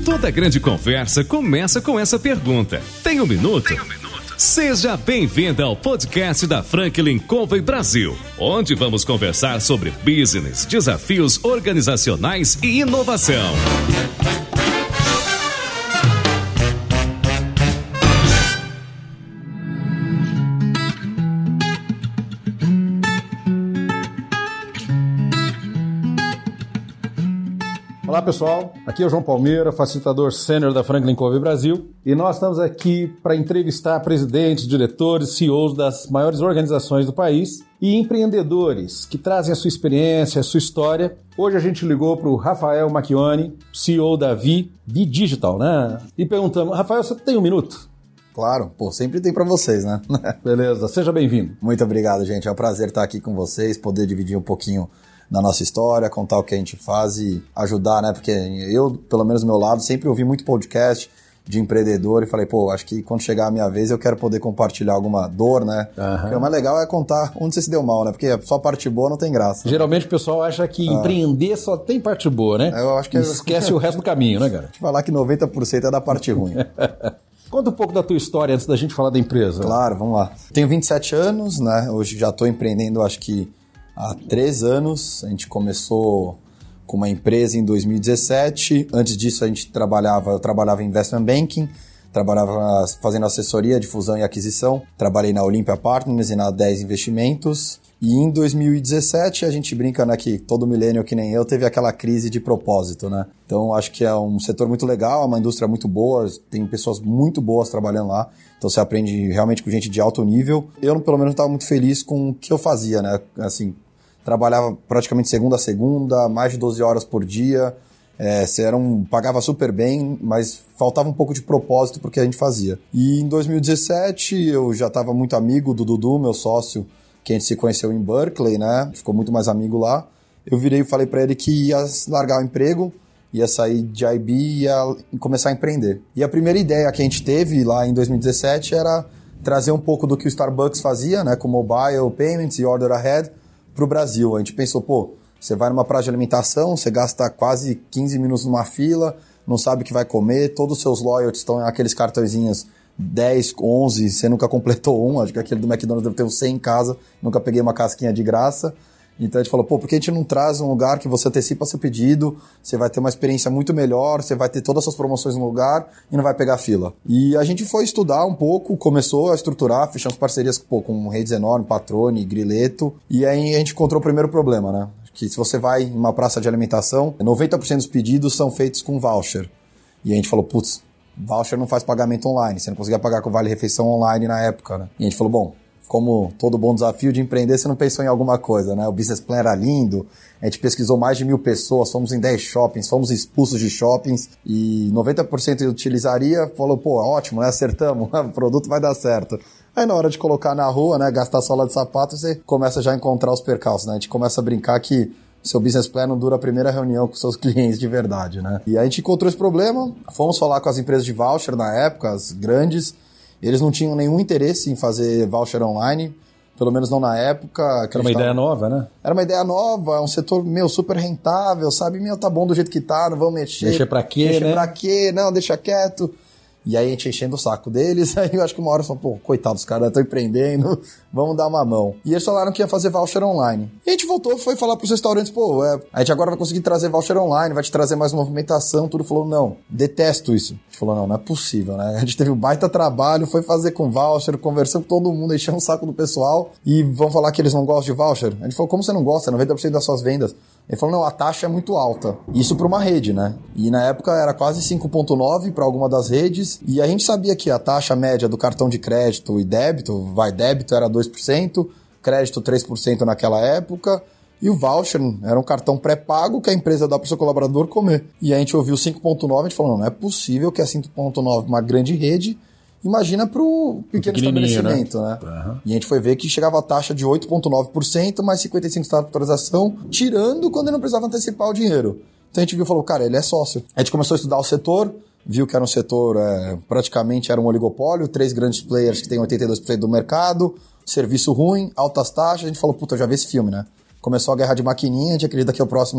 Toda grande conversa começa com essa pergunta. Tem um minuto? Seja bem-vinda ao podcast da Franklin Covey Brasil, onde vamos conversar sobre business, desafios organizacionais e inovação. Olá pessoal, aqui é o João Palmeira, facilitador sênior da Franklin Covey Brasil, e nós estamos aqui para entrevistar presidentes, diretores, CEOs das maiores organizações do país e empreendedores que trazem a sua experiência, a sua história. Hoje a gente ligou para o Rafael Macchione, CEO da Vi Digital, né? E perguntamos, Rafael, você tem um minuto? Claro, sempre tem para vocês, né? Beleza, seja bem-vindo. Muito obrigado, gente, é um prazer estar aqui com vocês, poder dividir um pouquinho da nossa história, contar o que a gente faz e ajudar, né? Porque eu, pelo menos do meu lado, sempre ouvi muito podcast de empreendedor e falei, acho que quando chegar a minha vez eu quero poder compartilhar alguma dor, né? Uhum. Porque o mais legal é contar onde você se deu mal, né? Porque só parte boa não tem graça. Geralmente o pessoal acha que empreender só tem parte boa, né? Eu acho que esquece o resto do caminho, né, cara? Falar que 90% é da parte ruim. Conta um pouco da tua história antes da gente falar da empresa. Claro, vamos lá. Tenho 27 anos, né? Hoje já estou empreendendo, acho que há 3 anos. A gente começou com uma empresa em 2017. Antes disso, eu trabalhava em investment banking, trabalhava fazendo assessoria de fusão e aquisição. Trabalhei na Olympia Partners e na 10 Investimentos. E em 2017, a gente brinca, né, que todo millennial que nem eu teve aquela crise de propósito, né? Então, acho que é um setor muito legal, é uma indústria muito boa, tem pessoas muito boas trabalhando lá. Então, você aprende realmente com gente de alto nível. Eu, pelo menos, estava muito feliz com o que eu fazia, né? Assim, trabalhava praticamente segunda a segunda, mais de 12 horas por dia. Pagava super bem, mas faltava um pouco de propósito pro que a gente fazia. E em 2017, eu já estava muito amigo do Dudu, meu sócio, que a gente se conheceu em Berkeley, né? Ficou muito mais amigo lá. Eu virei e falei para ele que ia largar o emprego, ia sair de IB e ia começar a empreender. E a primeira ideia que a gente teve lá em 2017 era trazer um pouco do que o Starbucks fazia, né? Com mobile payments e order ahead, para o Brasil. A gente pensou, você vai numa praça de alimentação, você gasta quase 15 minutos numa fila, não sabe o que vai comer, todos os seus loyalties estão aqueles cartõezinhos 10, 11, você nunca completou um, acho que aquele do McDonald's deve ter uns 100 em casa, nunca peguei uma casquinha de graça. Então a gente falou, por que a gente não traz um lugar que você antecipa seu pedido, você vai ter uma experiência muito melhor, você vai ter todas as suas promoções no lugar e não vai pegar fila. E a gente foi estudar um pouco, começou a estruturar, fechamos parcerias com redes enormes, Patrone, Grileto, e aí a gente encontrou o primeiro problema, né? Que se você vai em uma praça de alimentação, 90% dos pedidos são feitos com voucher. E a gente falou, voucher não faz pagamento online, você não conseguia pagar com vale-refeição online na época, né? E a gente falou, como todo bom desafio de empreender, você não pensou em alguma coisa, né? O business plan era lindo, a gente pesquisou mais de 1.000 pessoas, fomos em 10 shoppings, fomos expulsos de shoppings e 90% utilizaria, falou, ótimo, né? Acertamos, o produto vai dar certo. Aí na hora de colocar na rua, né, gastar sola de sapato, você começa já a encontrar os percalços, né? A gente começa a brincar que seu business plan não dura a primeira reunião com seus clientes de verdade, né? E aí a gente encontrou esse problema, fomos falar com as empresas de voucher na época, as grandes, eles não tinham nenhum interesse em fazer voucher online, pelo menos não na época. Era uma ideia nova, né? Era uma ideia nova, é um setor, super rentável, sabe? Tá bom do jeito que tá, não vamos mexer. Mexer pra quê, Mexer pra quê? Não, deixa quieto. E aí a gente enchendo o saco deles, aí eu acho que uma hora só, coitados, os caras estão empreendendo, vamos dar uma mão. E eles falaram que ia fazer voucher online. E a gente voltou, foi falar pros restaurantes, a gente agora vai conseguir trazer voucher online, vai te trazer mais movimentação, tudo. Falou, não, detesto isso. A gente falou, não é possível, né? A gente teve um baita trabalho, foi fazer com voucher, conversando com todo mundo, enchendo o saco do pessoal, e vão falar que eles não gostam de voucher? A gente falou, como você não gosta? 90% das suas vendas. Ele falou, não, a taxa é muito alta. Isso para uma rede, né? E na época era quase 5,9 para alguma das redes. E a gente sabia que a taxa média do cartão de crédito e débito, débito era 2%, crédito 3% naquela época. E o voucher era um cartão pré-pago que a empresa dá para o seu colaborador comer. E a gente ouviu 5,9, a gente falou, não é possível que é 5,9 uma grande rede. Imagina para o pequeno estabelecimento, né? Uhum. E a gente foi ver que chegava a taxa de 8,9%, mais 55 centavos de atualização, tirando quando ele não precisava antecipar o dinheiro. Então a gente viu e falou, cara, ele é sócio. A gente começou a estudar o setor, viu que era um setor, praticamente era um oligopólio, 3 grandes players que têm 82% do mercado, serviço ruim, altas taxas. A gente falou, eu já vi esse filme, né? Começou a guerra de maquininha, a gente acredita que a próxima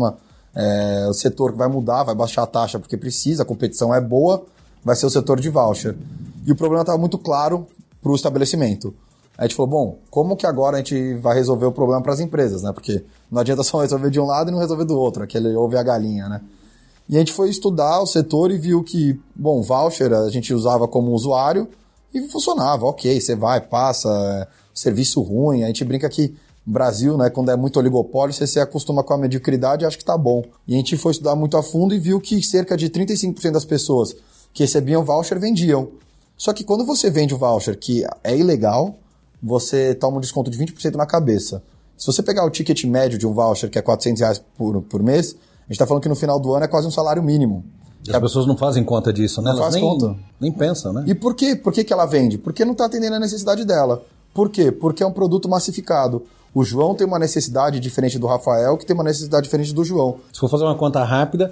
O setor que vai mudar, vai baixar a taxa porque precisa, a competição é boa, vai ser o setor de voucher. E o problema estava muito claro para o estabelecimento. A gente falou, bom, como que agora a gente vai resolver o problema para as empresas, né? Porque não adianta só resolver de um lado e não resolver do outro, aquele ovo e a galinha, né? E a gente foi estudar o setor e viu que, bom, voucher a gente usava como usuário e funcionava, ok, você vai, passa, serviço ruim, a gente brinca que no Brasil, né, quando é muito oligopólio, você se acostuma com a mediocridade e acha que tá bom. E a gente foi estudar muito a fundo e viu que cerca de 35% das pessoas que recebiam voucher vendiam. Só que quando você vende o voucher, que é ilegal, você toma um desconto de 20% na cabeça. Se você pegar o ticket médio de um voucher, que é R$400 por mês, a gente está falando que no final do ano é quase um salário mínimo. E as pessoas não fazem conta disso, né? Não fazem conta. Nem pensam, né? E por quê? Por que ela vende? Porque não está atendendo a necessidade dela. Por quê? Porque é um produto massificado. O João tem uma necessidade diferente do Rafael, que tem uma necessidade diferente do João. Se for fazer uma conta rápida,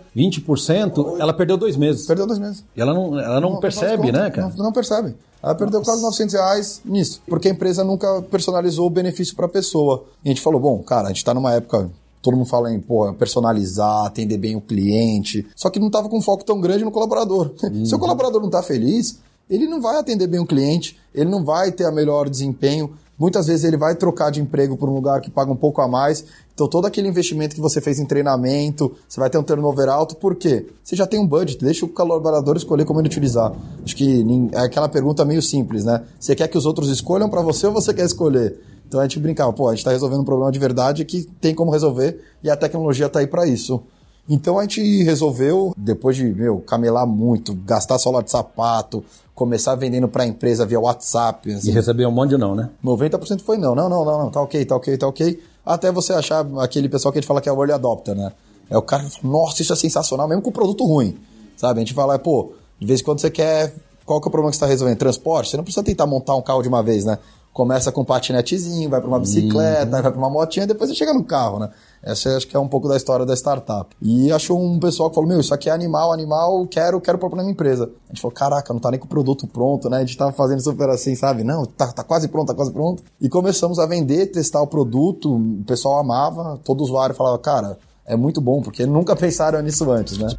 20%, ela perdeu 2 meses. Perdeu 2 meses. E ela não percebe, né, cara? Não percebe. Ela perdeu quase R$900 nisso, porque a empresa nunca personalizou o benefício para a pessoa. E a gente falou, bom, cara, a gente está numa época... Todo mundo fala em personalizar, atender bem o cliente. Só que não estava com um foco tão grande no colaborador. Se o colaborador não está feliz, ele não vai atender bem o cliente, ele não vai ter a melhor desempenho. Muitas vezes ele vai trocar de emprego por um lugar que paga um pouco a mais. Então todo aquele investimento que você fez em treinamento, você vai ter um turnover alto. Por quê? Você já tem um budget, deixa o colaborador escolher como ele utilizar. Acho que é aquela pergunta meio simples, né? Você quer que os outros escolham para você ou você quer escolher? Então a gente brincava, a gente está resolvendo um problema de verdade que tem como resolver e a tecnologia está aí para isso. Então a gente resolveu, depois de, camelar muito, gastar sola de sapato, começar vendendo para a empresa via WhatsApp. Assim. E receber um monte de não, né? 90% foi não, tá ok. Até você achar aquele pessoal que a gente fala que é o early adopter, né? É o cara que fala, nossa, isso é sensacional, mesmo com produto ruim, sabe? A gente fala, de vez em quando você quer... Qual que é o problema que você está resolvendo? Transporte? Você não precisa tentar montar um carro de uma vez, né? Começa com um patinetezinho, vai para uma bicicleta, vai para uma motinha, depois você chega no carro, né? Essa acho que é um pouco da história da startup. E achou um pessoal que falou, isso aqui é animal, quero pôr na minha empresa. A gente falou, caraca, não tá nem com o produto pronto, né? A gente tava fazendo super assim, sabe? Não, tá quase pronto. E começamos a vender, testar o produto, o pessoal amava, todo usuário falava, cara, é muito bom, porque nunca pensaram nisso antes, né?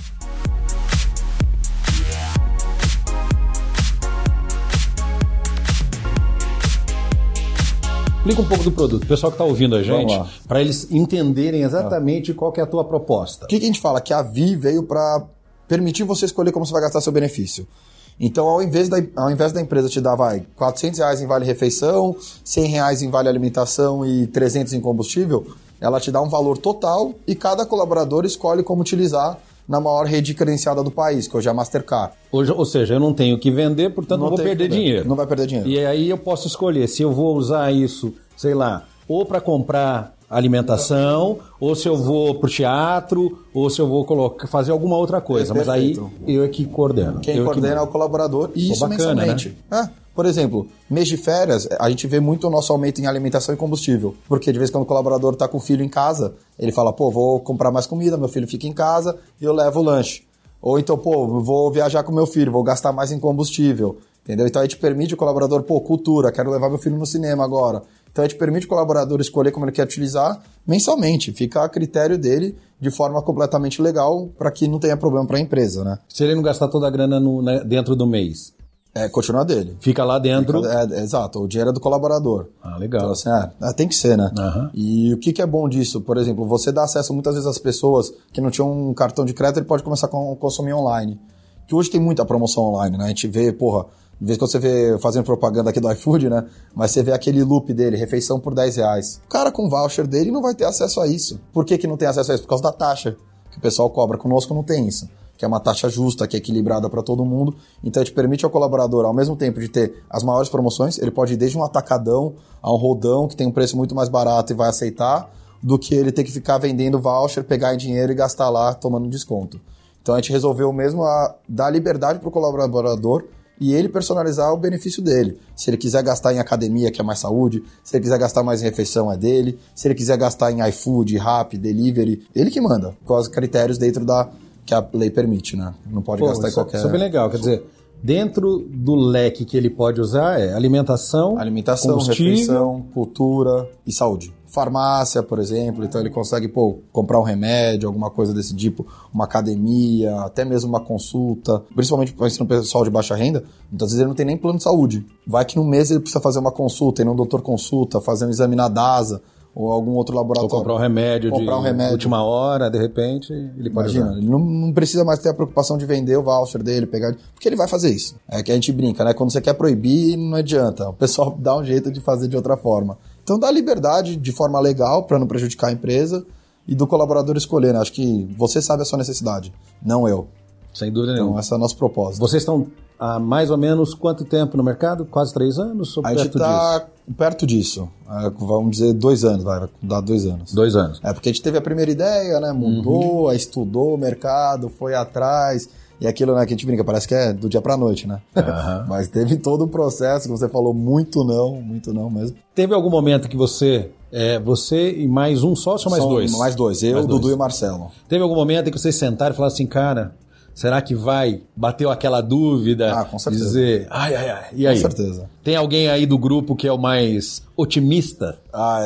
Explica um pouco do produto, o pessoal que está ouvindo a gente, para eles entenderem exatamente qual que é a tua proposta. O que a gente fala? Que a Vi veio para permitir você escolher como você vai gastar seu benefício. Então, ao invés da empresa te dar R$400 em vale-refeição, R$100 em vale-alimentação e R$300 em combustível, ela te dá um valor total e cada colaborador escolhe como utilizar na maior rede credenciada do país, que hoje é a Mastercard. Ou seja, eu não tenho que vender, portanto não vou perder dinheiro. Não vai perder dinheiro. E aí eu posso escolher se eu vou usar isso, sei lá, ou para comprar alimentação, ou se eu vou pro teatro, ou se eu vou fazer alguma outra coisa. Mas aí eu é que coordeno. Quem coordena é o colaborador e isso bacana, mensalmente. Né? Por exemplo, mês de férias, a gente vê muito o nosso aumento em alimentação e combustível. Porque de vez em quando o colaborador está com o filho em casa, ele fala, vou comprar mais comida, meu filho fica em casa e eu levo o lanche. Ou então, vou viajar com meu filho, vou gastar mais em combustível. Entendeu? Então a gente permite o colaborador, cultura, quero levar meu filho no cinema agora. Então a gente permite o colaborador escolher como ele quer utilizar mensalmente. Fica a critério dele de forma completamente legal para que não tenha problema para a empresa, né? Se ele não gastar toda a grana dentro do mês. Continua dele. Fica lá dentro. Exato, o dinheiro é do colaborador. Legal. Então, assim, tem que ser, né? Uhum. E o que é bom disso? Por exemplo, você dá acesso muitas vezes às pessoas que não tinham um cartão de crédito, ele pode começar a consumir online. Que hoje tem muita promoção online, né? A gente vê, de vez em quando você vê fazendo propaganda aqui do iFood, né? Mas você vê aquele loop dele, refeição por R$10. O cara com o voucher dele não vai ter acesso a isso. Por que não tem acesso a isso? Por causa da taxa que o pessoal cobra. Conosco não tem isso. Que é uma taxa justa, que é equilibrada para todo mundo. Então a gente permite ao colaborador, ao mesmo tempo de ter as maiores promoções, ele pode ir desde um atacadão a um rodão, que tem um preço muito mais barato e vai aceitar, do que ele ter que ficar vendendo voucher, pegar em dinheiro e gastar lá tomando desconto. Então a gente resolveu mesmo dar liberdade para o colaborador e ele personalizar o benefício dele. Se ele quiser gastar em academia, que é mais saúde, se ele quiser gastar mais em refeição, é dele. Se ele quiser gastar em iFood, Rappi, Delivery, ele que manda, com os critérios dentro que a lei permite, né? Não pode gastar em qualquer... Isso é bem legal, quer dizer, Dentro do leque que ele pode usar alimentação, refeição, cultura e saúde. Farmácia, por exemplo, então ele consegue comprar um remédio, alguma coisa desse tipo, uma academia, até mesmo uma consulta, principalmente para o pessoal de baixa renda, muitas vezes ele não tem nem plano de saúde. Vai que no mês ele precisa fazer uma consulta, ir num doutor consulta, fazer um exame na DASA, ou algum outro laboratório. Ou comprar um remédio de última hora, de repente, ele pode usar. Ele não precisa mais ter a preocupação de vender o voucher dele, porque ele vai fazer isso. É que a gente brinca, né? Quando você quer proibir, não adianta. O pessoal dá um jeito de fazer de outra forma. Então dá liberdade de forma legal para não prejudicar a empresa e do colaborador escolher, né? Acho que você sabe a sua necessidade, não eu. Sem dúvida nenhuma. Então esse é o nosso propósito. Vocês estão há mais ou menos quanto tempo no mercado? Quase 3 anos? Ou a gente está perto disso. Vamos dizer 2 anos, vai dar 2 anos. 2 anos. Porque a gente teve a primeira ideia, né? Mudou, aí estudou o mercado, foi atrás. E aquilo, né, que a gente brinca, parece que é do dia pra noite, né? Mas teve todo um processo, que você falou, muito não mesmo. Teve algum momento que você e mais um sócio ou mais dois? Mais dois, Dudu e o Marcelo. Teve algum momento em que vocês sentaram e falaram assim, cara, será que vai? Bateu aquela dúvida? Com certeza. Dizer, e aí? Com certeza. Tem alguém aí do grupo que é o mais otimista?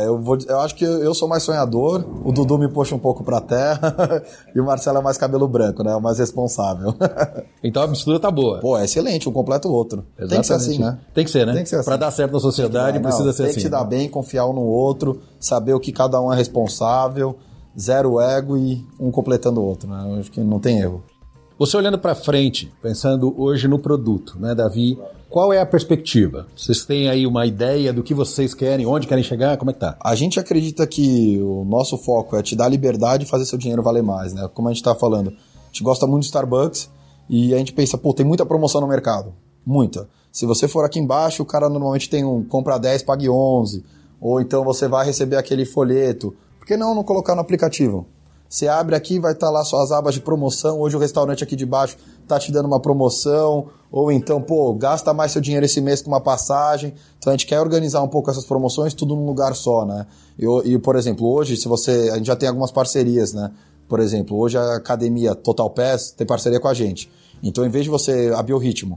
Eu acho que eu sou mais sonhador, o Dudu me puxa um pouco pra terra e o Marcelo é mais cabelo branco, né? É o mais responsável. Então a mistura tá boa. É excelente, um completa o outro. Exatamente. Tem que ser assim, né? Tem que ser, né? Tem que ser assim. Pra dar certo na sociedade precisa ser assim. Tem que se dar bem, confiar um no outro, saber o que cada um é responsável, zero ego e um completando o outro, né? Eu acho que não tem erro. Você olhando para frente, pensando hoje no produto, né, Davi, qual é a perspectiva? Vocês têm aí uma ideia do que vocês querem, onde querem chegar, como é que tá? A gente acredita que o nosso foco é te dar liberdade e fazer seu dinheiro valer mais, né? Como a gente tá falando, a gente gosta muito de Starbucks e a gente pensa, tem muita promoção no mercado, muita. Se você for aqui embaixo, o cara normalmente tem compra 10, pague 11, ou então você vai receber aquele folheto. Por que não colocar no aplicativo? Você abre aqui, vai estar lá suas abas de promoção, hoje o restaurante aqui de baixo está te dando uma promoção, ou então, gasta mais seu dinheiro esse mês com uma passagem. Então a gente quer organizar um pouco essas promoções, tudo num lugar só, né? E por exemplo, hoje, a gente já tem algumas parcerias, né? Por exemplo, hoje a academia Total Pass tem parceria com a gente. Então, em vez de a Biorritmo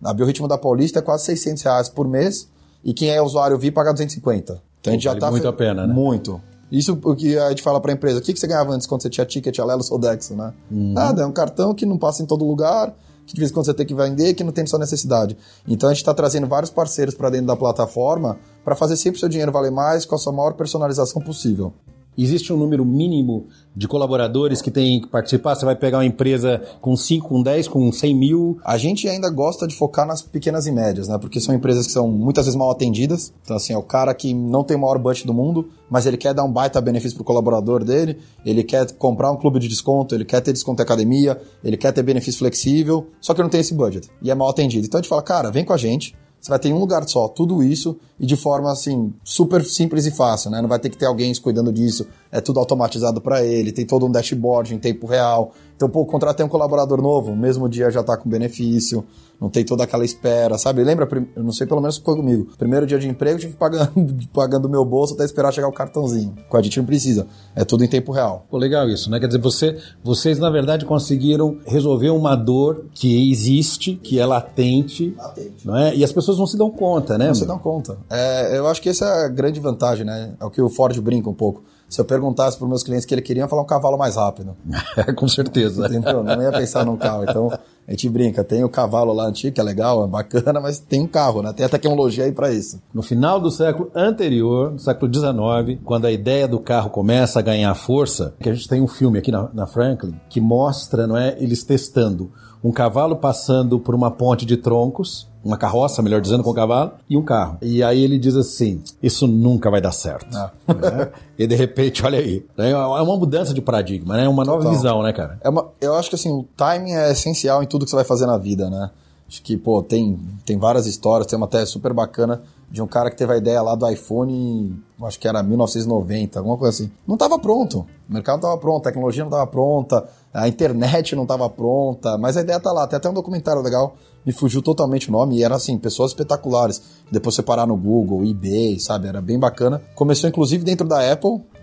da Paulista é quase R$600 por mês, e quem é usuário VIP paga 250. Então a gente já tá... Muito a pena, né? Muito. Isso porque a gente fala para a empresa, o que você ganhava antes quando você tinha ticket, Alelo, Sodexo, né? Nada, é um cartão que não passa em todo lugar, que de vez em quando você tem que vender, que não tem sua necessidade. Então a gente está trazendo vários parceiros para dentro da plataforma para fazer sempre o seu dinheiro valer mais com a sua maior personalização possível. Existe um número mínimo de colaboradores que tem que participar? Você vai pegar uma empresa com 5, com 10, com 100 mil? A gente ainda gosta de focar nas pequenas e médias, né? Porque são empresas que são muitas vezes mal atendidas. Então, assim, é o cara que não tem o maior budget do mundo, mas ele quer dar um baita benefício pro colaborador dele, ele quer comprar um clube de desconto, ele quer ter desconto em academia, ele quer ter benefício flexível, só que não tem esse budget. E é mal atendido. Então a gente fala, cara, vem com a gente, você vai ter em um lugar só tudo isso e de forma, assim, super simples e fácil, né? Não vai ter que ter alguém cuidando disso, é tudo automatizado para ele, tem todo um dashboard em tempo real. Então, contratei um colaborador novo, no mesmo dia já tá com benefício, não tem toda aquela espera, sabe? Lembra, eu não sei, pelo menos ficou comigo, primeiro dia de emprego eu tive pagando o meu bolso até esperar chegar o cartãozinho. Com a gente não precisa, é tudo em tempo real. Legal isso, né? Quer dizer, vocês na verdade conseguiram resolver uma dor que existe, que é latente. Não é? E as pessoas não se dão conta, né? Não se dão conta. Eu acho que essa é a grande vantagem, né? É o que o Ford brinca um pouco. Se eu perguntasse para os meus clientes que ele queria, falar um cavalo mais rápido. Com certeza. Entendeu? Não ia pensar num carro. Então, a gente brinca. Tem o cavalo lá antigo, que é legal, é bacana, mas tem um carro, né? Tem a tecnologia aí para isso. No final do século anterior, no século XIX, quando a ideia do carro começa a ganhar força, que a gente tem um filme aqui na Franklin que mostra, não é, eles testando um cavalo passando por uma ponte de troncos, uma carroça, melhor dizendo, com o cavalo, e um carro. E aí ele diz assim, isso nunca vai dar certo. Né? E de repente, olha aí, é uma mudança de paradigma, né? Uma nova visão, né, cara? Eu acho que assim, o timing é essencial em tudo que você vai fazer na vida, né? Acho que, tem várias histórias, tem uma até super bacana de um cara que teve a ideia lá do iPhone, acho que era 1990, alguma coisa assim. Não estava pronto, o mercado não estava pronto, a tecnologia não estava pronta, a internet não estava pronta, mas a ideia está lá. Tem até um documentário legal, me fugiu totalmente o nome, e era assim, pessoas espetaculares. Depois você parar no Google, eBay, sabe, era bem bacana. Começou inclusive dentro da Apple,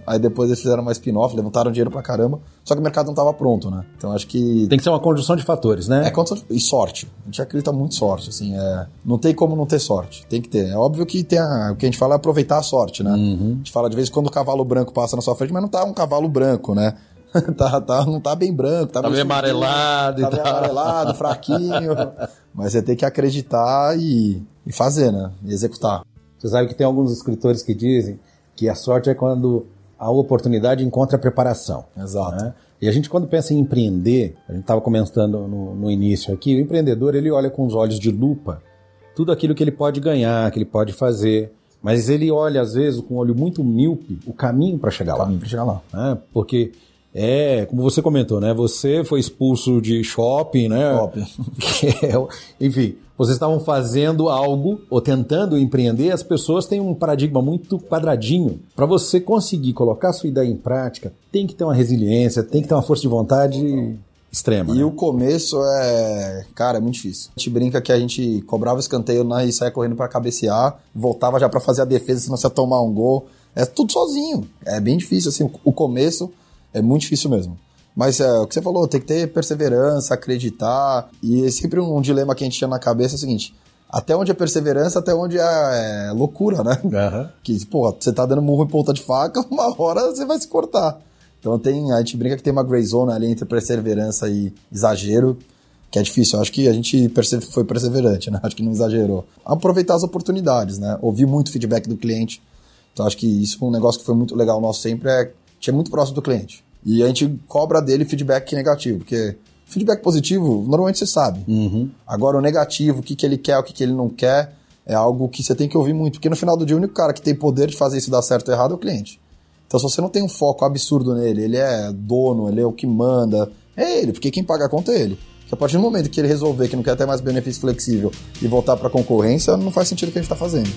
aí depois eles fizeram uma spin-off, levantaram dinheiro pra caramba, só que o mercado não tava pronto, né? Então acho que... Tem que ser uma conjunção de fatores, né? E sorte. A gente acredita muito em sorte, assim, não tem como não ter sorte, tem que ter. É óbvio que o que a gente fala é aproveitar a sorte, né? Uhum. A gente fala de vez em quando o cavalo branco passa na sua frente, mas não tá um cavalo branco, né? Não tá bem branco, tá meio amarelado, tá meio amarelado, fraquinho. Mas você tem que acreditar e fazer, né? E executar. Você sabe que tem alguns escritores que dizem que a sorte é quando a oportunidade encontra a preparação. Exato. Né? E a gente, quando pensa em empreender, a gente estava comentando no início aqui, o empreendedor ele olha com os olhos de lupa tudo aquilo que ele pode ganhar, que ele pode fazer, mas ele olha, às vezes, com um olho muito míope, o caminho para chegar lá. Né? Porque... como você comentou, né? Você foi expulso de shopping, né? Enfim, vocês estavam fazendo algo ou tentando empreender, as pessoas têm um paradigma muito quadradinho. Para você conseguir colocar a sua ideia em prática, tem que ter uma resiliência, tem que ter uma força de vontade extrema. E né? o começo é muito difícil. A gente brinca que a gente cobrava escanteio e saia correndo para cabecear, voltava já para fazer a defesa, senão você ia tomar um gol. É tudo sozinho. É bem difícil, assim, o começo... É muito difícil mesmo. Mas o que você falou, tem que ter perseverança, acreditar. E é sempre um dilema que a gente tinha na cabeça é o seguinte: até onde é perseverança, até onde é loucura, né? Uhum. Que, pô, você tá dando murro em ponta de faca, uma hora você vai se cortar. Então a gente brinca que tem uma gray zone ali entre perseverança e exagero, que é difícil. Eu acho que a gente foi perseverante, né? Acho que não exagerou. Aproveitar as oportunidades, né? Ouvir muito feedback do cliente. Então acho que isso é um negócio que foi muito legal nosso sempre, a gente é muito próximo do cliente. E a gente cobra dele feedback negativo, porque feedback positivo, normalmente você sabe. Uhum. Agora, o negativo, o que ele quer, o que ele não quer, é algo que você tem que ouvir muito. Porque no final do dia, o único cara que tem poder de fazer isso dar certo ou errado é o cliente. Então, se você não tem um foco absurdo nele, ele é dono, ele é o que manda, é ele, porque quem paga a conta é ele. Porque a partir do momento que ele resolver que não quer ter mais benefício flexível e voltar para a concorrência, não faz sentido o que a gente está fazendo.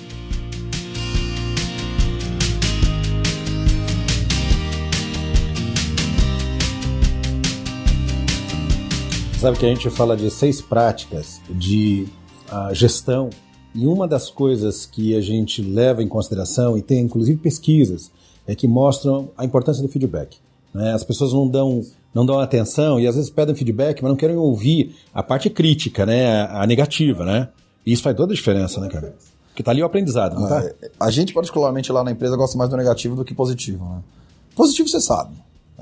Sabe que a gente fala de 6 práticas de gestão, e uma das coisas que a gente leva em consideração, e tem inclusive pesquisas, é que mostram a importância do feedback. Né? As pessoas não dão atenção e às vezes pedem feedback, mas não querem ouvir a parte crítica, né? A negativa, né? E isso faz toda a diferença, né, cara? Porque tá ali o aprendizado, não tá? A gente, particularmente lá na empresa, gosta mais do negativo do que positivo, né? Positivo você sabe.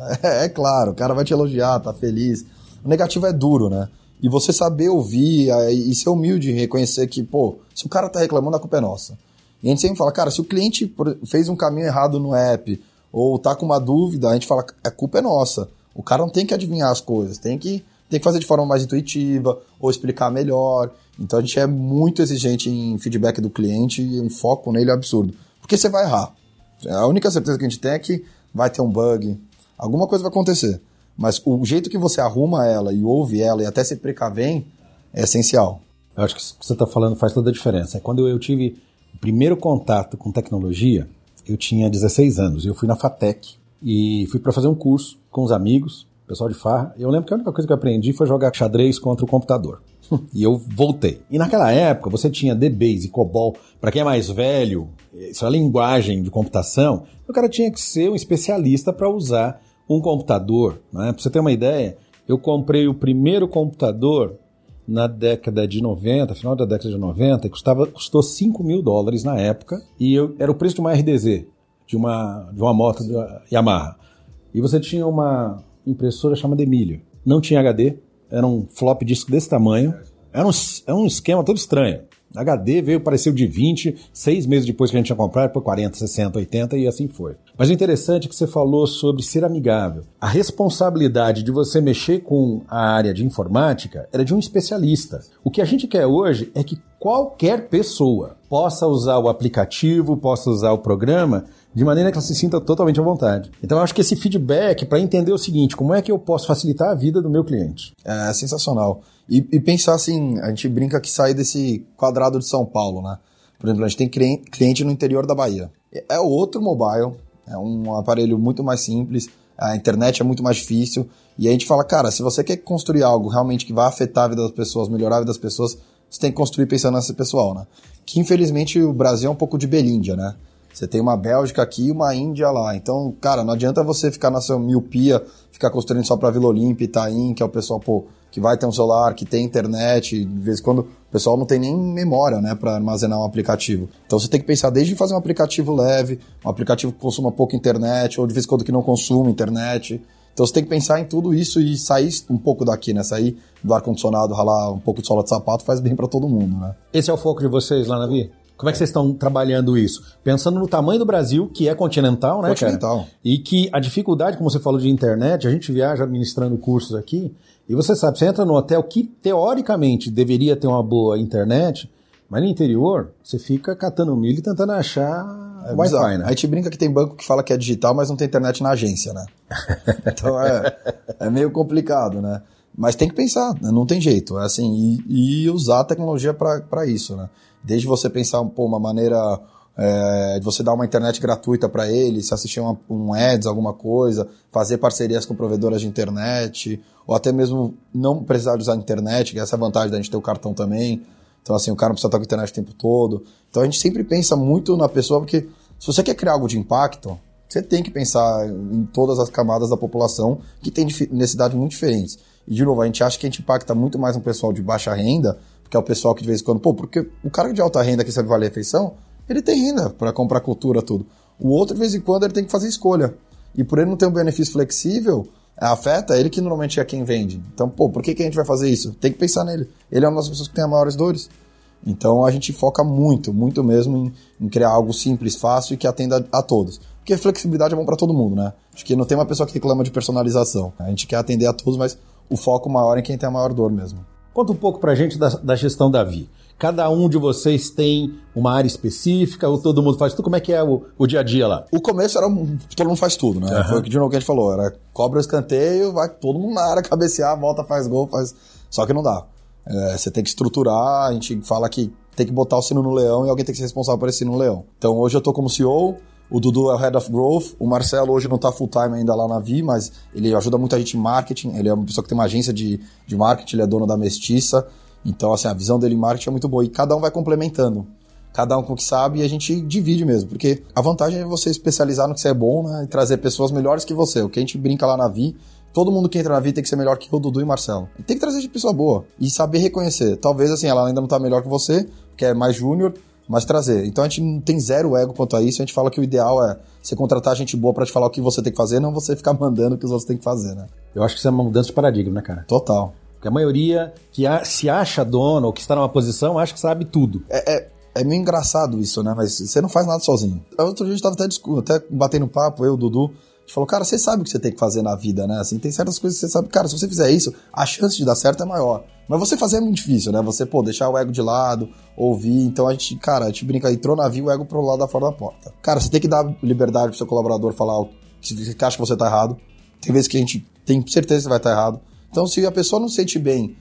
É claro, o cara vai te elogiar, tá feliz. O negativo é duro, né? E você saber ouvir e ser humilde e reconhecer que, pô, se o cara tá reclamando, a culpa é nossa. E a gente sempre fala, cara, se o cliente fez um caminho errado no app ou tá com uma dúvida, a gente fala, a culpa é nossa. O cara não tem que adivinhar as coisas, tem que fazer de forma mais intuitiva ou explicar melhor. Então a gente é muito exigente em feedback do cliente e um foco nele é absurdo. Porque você vai errar. A única certeza que a gente tem é que vai ter um bug, alguma coisa vai acontecer. Mas o jeito que você arruma ela e ouve ela e até se precavém é essencial. Eu acho que isso que você está falando faz toda a diferença. Quando eu tive o primeiro contato com tecnologia, eu tinha 16 anos. Eu fui na FATEC e fui para fazer um curso com os amigos, pessoal de farra. Eu lembro que a única coisa que eu aprendi foi jogar xadrez contra o computador. E eu voltei. E naquela época você tinha DBase, COBOL. Para quem é mais velho, isso é linguagem de computação. O cara tinha que ser um especialista para usar um computador, né? Para você ter uma ideia, eu comprei o primeiro computador na década de 90, final da década de 90, e custou $5.000 na época, e era o preço de uma RDZ, de uma moto da Yamaha. E você tinha uma impressora chamada Emília. Não tinha HD, era um flop disk desse tamanho, era um esquema todo estranho. HD veio, pareceu de 20, 6 meses depois que a gente tinha comprado, por 40, 60, 80 e assim foi. Mas o interessante é que você falou sobre ser amigável. A responsabilidade de você mexer com a área de informática era de um especialista. O que a gente quer hoje é que qualquer pessoa possa usar o aplicativo, possa usar o programa, de maneira que ela se sinta totalmente à vontade. Então eu acho que esse feedback, para entender o seguinte, como é que eu posso facilitar a vida do meu cliente? É sensacional. E pensar assim, a gente brinca que sair desse quadrado de São Paulo, né? Por exemplo, a gente tem cliente no interior da Bahia. É outro mobile, é um aparelho muito mais simples, a internet é muito mais difícil, e a gente fala, cara, se você quer construir algo realmente que vai afetar a vida das pessoas, melhorar a vida das pessoas, você tem que construir pensando nesse pessoal, né? Que infelizmente o Brasil é um pouco de Belíndia, né? Você tem uma Bélgica aqui e uma Índia lá. Então, cara, não adianta você ficar na sua miopia, ficar construindo só pra Vila Olímpia, Itaim, que é o pessoal, que vai ter um celular, que tem internet, de vez em quando o pessoal não tem nem memória, né, para armazenar um aplicativo. Então você tem que pensar desde fazer um aplicativo leve, um aplicativo que consuma pouco internet, ou de vez em quando que não consuma internet. Então você tem que pensar em tudo isso e sair um pouco daqui, né, sair do ar-condicionado, ralar um pouco de sola de sapato faz bem para todo mundo, né. Esse é o foco de vocês lá na Vi? Como é que vocês estão trabalhando isso? Pensando no tamanho do Brasil, que é continental, né, continental, cara? E que a dificuldade, como você falou, de internet, a gente viaja administrando cursos aqui, e você sabe, você entra no hotel que teoricamente deveria ter uma boa internet, mas no interior você fica catando milho e tentando achar Wi-Fi, né? A gente brinca que tem banco que fala que é digital, mas não tem internet na agência, né? Então é meio complicado, né? Mas tem que pensar, né? Não tem jeito. É assim, e usar a tecnologia para isso, né? Desde você pensar uma maneira de você dar uma internet gratuita para ele, se assistir um ads, alguma coisa, fazer parcerias com provedoras de internet, ou até mesmo não precisar de usar a internet, que essa é a vantagem da gente ter o cartão também. Então, assim, o cara não precisa estar com a internet o tempo todo. Então, a gente sempre pensa muito na pessoa, porque se você quer criar algo de impacto, você tem que pensar em todas as camadas da população que tem necessidades muito diferentes. E, de novo, a gente acha que a gente impacta muito mais no pessoal de baixa renda, que é o pessoal que de vez em quando... porque o cara de alta renda que sabe valer a refeição, ele tem renda para comprar cultura, tudo. O outro, de vez em quando, ele tem que fazer escolha. E por ele não ter um benefício flexível, afeta ele que normalmente é quem vende. Então, por que a gente vai fazer isso? Tem que pensar nele. Ele é uma das pessoas que tem as maiores dores. Então, a gente foca muito, muito mesmo em criar algo simples, fácil e que atenda a todos. Porque flexibilidade é bom para todo mundo, né? Acho que não tem uma pessoa que reclama de personalização. A gente quer atender a todos, mas o foco maior é em quem tem a maior dor mesmo. Conta um pouco pra gente da gestão da Vi. Cada um de vocês tem uma área específica ou todo mundo faz tudo? Como é que é o dia a dia lá? O começo era todo mundo faz tudo, né? Uhum. Foi o que de novo que a gente falou. Era cobra o escanteio, vai todo mundo na área cabecear, volta, faz gol, faz... Só que não dá. Você tem que estruturar, a gente fala que tem que botar o sino no leão e alguém tem que ser responsável por esse sino no leão. Então hoje eu tô como CEO, o Dudu é o Head of Growth, o Marcelo hoje não tá full time ainda lá na Vi, mas ele ajuda muita gente em marketing, ele é uma pessoa que tem uma agência de marketing, ele é dono da Mestiça, então assim, a visão dele em marketing é muito boa e cada um vai complementando, cada um com o que sabe e a gente divide mesmo, porque a vantagem é você especializar no que você é bom, né, e trazer pessoas melhores que você, o que a gente brinca lá na Vi, todo mundo que entra na Vi tem que ser melhor que o Dudu e o Marcelo, e tem que trazer de pessoa boa e saber reconhecer, talvez assim, ela ainda não tá melhor que você, que é mais júnior, mas trazer. Então a gente não tem zero ego quanto a isso, a gente fala que o ideal é você contratar gente boa pra te falar o que você tem que fazer, não você ficar mandando o que os outros têm que fazer, né? Eu acho que isso é uma mudança de paradigma, né, cara? Total. Porque a maioria que se acha dono ou que está numa posição, acha que sabe tudo. É meio engraçado isso, né? Mas você não faz nada sozinho. Outro dia a gente tava até batendo papo, eu, o Dudu, a gente falou, cara, você sabe o que você tem que fazer na vida, né? Assim, tem certas coisas que você sabe, cara, se você fizer isso, a chance de dar certo é maior. Mas você fazer é muito difícil, né? Você, deixar o ego de lado, ouvir. Então a gente brinca, entrou na Vi, o ego pro lado da fora da porta. Cara, você tem que dar liberdade pro seu colaborador falar se você acha que você tá errado. Tem vezes que a gente tem certeza que você vai estar errado. Então se a pessoa não se sente bem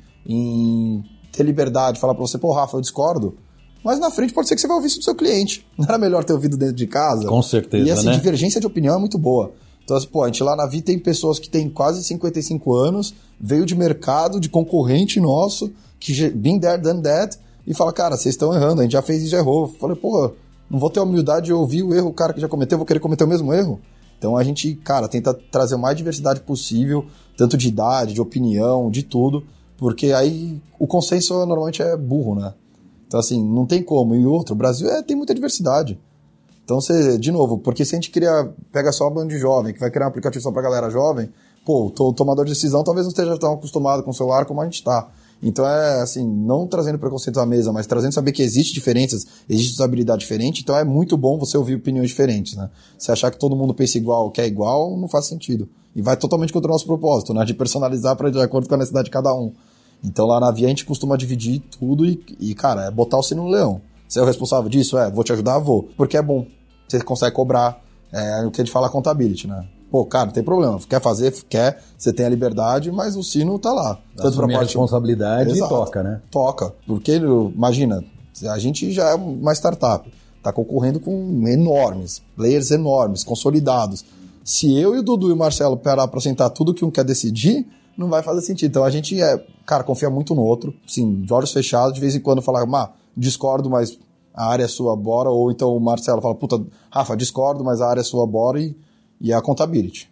em ter liberdade, falar pra você, Rafa, eu discordo, mas na frente pode ser que você vai ouvir isso do seu cliente. Não era melhor ter ouvido dentro de casa? Com certeza, e essa né? divergência de opinião é muito boa. Então, assim, a gente lá na Vi tem pessoas que têm quase 55 anos, veio de mercado, de concorrente nosso, que been there, done that, e fala, cara, vocês estão errando, a gente já fez e já errou. Falei, não vou ter a humildade de ouvir o erro, o cara que já cometeu, vou querer cometer o mesmo erro. Então a gente, cara, tenta trazer o mais diversidade possível, tanto de idade, de opinião, de tudo, porque aí o consenso normalmente é burro, né? Então, assim, não tem como. E outro, o Brasil tem muita diversidade. Então, de novo, porque se a gente pega só uma banda de jovem, que vai criar um aplicativo só pra galera jovem, o tomador de decisão talvez não esteja tão acostumado com o celular como a gente tá. Então, assim, não trazendo preconceitos à mesa, mas trazendo saber que existe diferenças, existe usabilidade diferente, então é muito bom você ouvir opiniões diferentes, né? Se achar que todo mundo pensa igual, quer igual, não faz sentido. E vai totalmente contra o nosso propósito, né? De personalizar de acordo com a necessidade de cada um. Então, lá na Vi a gente costuma dividir tudo e cara, botar o sino no leão. Você é o responsável disso? Vou te ajudar? Vou. Porque é bom. Você consegue cobrar, o que a gente fala accountability, né? Cara, não tem problema. Quer fazer, você tem a liberdade, mas o sino tá lá. Tanto pra parte... responsabilidade. Exato. E toca, né? Toca. Porque, imagina, a gente já é uma startup, tá concorrendo com players enormes, consolidados. Se eu e o Dudu e o Marcelo parar pra sentar tudo que um quer decidir, não vai fazer sentido. Então a gente, confia muito no outro, assim, de olhos fechados, de vez em quando falar, discordo, mas a área é sua, bora, ou então o Marcelo fala, puta, Rafa, discordo, mas a área é sua, bora, e é a accountability.